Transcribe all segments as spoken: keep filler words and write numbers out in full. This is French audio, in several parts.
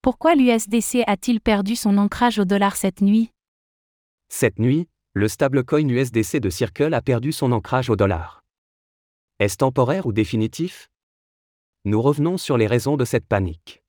Pourquoi l'U S D C a-t-il perdu son ancrage au dollar cette nuit? Cette nuit, le stablecoin U S D C de Circle a perdu son ancrage au dollar. Est-ce temporaire ou définitif? Nous revenons sur les raisons de cette panique.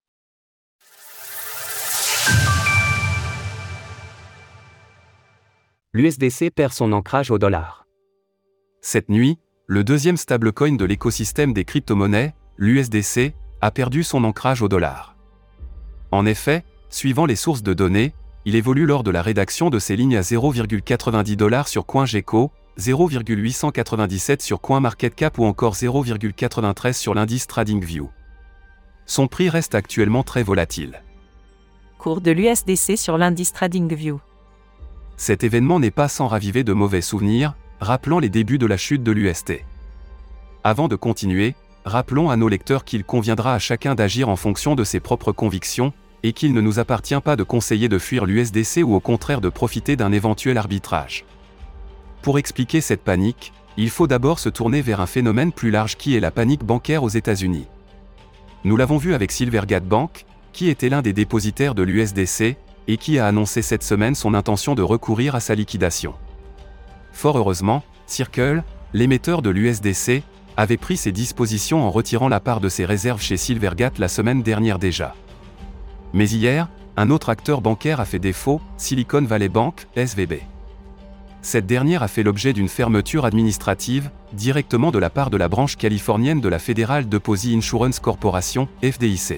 L'U S D C perd son ancrage au dollar. Cette nuit, le deuxième stablecoin de l'écosystème des crypto-monnaies, l'U S D C, a perdu son ancrage au dollar. En effet, suivant les sources de données, il évolue lors de la rédaction de ces lignes à zéro virgule quatre-vingt-dix dollars sur CoinGecko, zéro virgule huit cent quatre-vingt-dix-sept sur CoinMarketCap ou encore zéro virgule quatre-vingt-treize sur l'indice TradingView. Son prix reste actuellement très volatile. Cours de l'U S D C sur l'indice TradingView. Cet événement n'est pas sans raviver de mauvais souvenirs, rappelant les débuts de la chute de l'U S T. Avant de continuer, rappelons à nos lecteurs qu'il conviendra à chacun d'agir en fonction de ses propres convictions, et qu'il ne nous appartient pas de conseiller de fuir l'U S D C ou au contraire de profiter d'un éventuel arbitrage. Pour expliquer cette panique, il faut d'abord se tourner vers un phénomène plus large qui est la panique bancaire aux États-Unis. Nous l'avons vu avec Silvergate Bank, qui était l'un des dépositaires de l'U S D C, et qui a annoncé cette semaine son intention de recourir à sa liquidation. Fort heureusement, Circle, l'émetteur de l'U S D C, avait pris ses dispositions en retirant la part de ses réserves chez Silvergate la semaine dernière déjà. Mais hier, un autre acteur bancaire a fait défaut, Silicon Valley Bank, S V B. Cette dernière a fait l'objet d'une fermeture administrative, directement de la part de la branche californienne de la Federal Deposit Insurance Corporation, F D I C.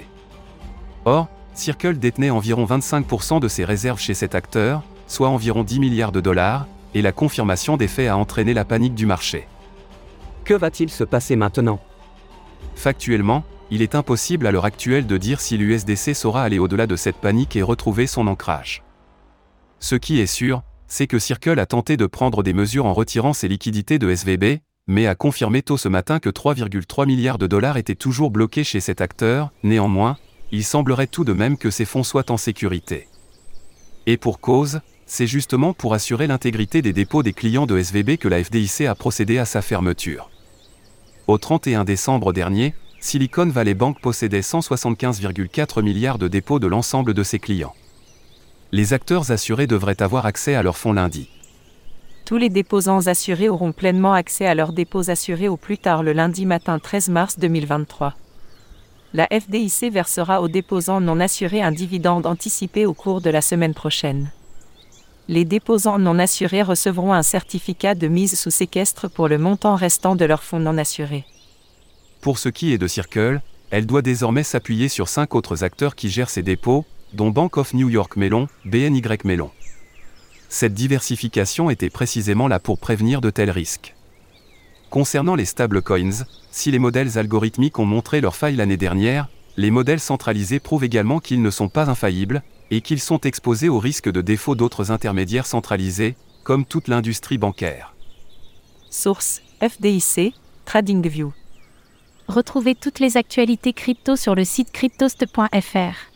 Or, Circle détenait environ vingt-cinq pour cent de ses réserves chez cet acteur, soit environ dix milliards de dollars, et la confirmation des faits a entraîné la panique du marché. Que va-t-il se passer maintenant? Factuellement, il est impossible à l'heure actuelle de dire si l'U S D C saura aller au-delà de cette panique et retrouver son ancrage. Ce qui est sûr, c'est que Circle a tenté de prendre des mesures en retirant ses liquidités de S V B, mais a confirmé tôt ce matin que trois virgule trois milliards de dollars étaient toujours bloqués chez cet acteur. Néanmoins, il semblerait tout de même que ces fonds soient en sécurité. Et pour cause, c'est justement pour assurer l'intégrité des dépôts des clients de S V B que la F D I C a procédé à sa fermeture. Au trente et un décembre dernier, Silicon Valley Bank possédait cent soixante-quinze virgule quatre milliards de dépôts de l'ensemble de ses clients. Les acteurs assurés devraient avoir accès à leurs fonds lundi. Tous les déposants assurés auront pleinement accès à leurs dépôts assurés au plus tard le lundi matin treize mars deux mille vingt-trois. La F D I C versera aux déposants non assurés un dividende anticipé au cours de la semaine prochaine. Les déposants non assurés recevront un certificat de mise sous séquestre pour le montant restant de leurs fonds non assurés. Pour ce qui est de Circle, elle doit désormais s'appuyer sur cinq autres acteurs qui gèrent ses dépôts, dont Bank of New York Mellon, B N Y Mellon. Cette diversification était précisément là pour prévenir de tels risques. Concernant les stablecoins, si les modèles algorithmiques ont montré leurs failles l'année dernière, les modèles centralisés prouvent également qu'ils ne sont pas infaillibles, et qu'ils sont exposés au risque de défaut d'autres intermédiaires centralisés, comme toute l'industrie bancaire. Source, F D I C, TradingView. Retrouvez toutes les actualités crypto sur le site cryptost point f r.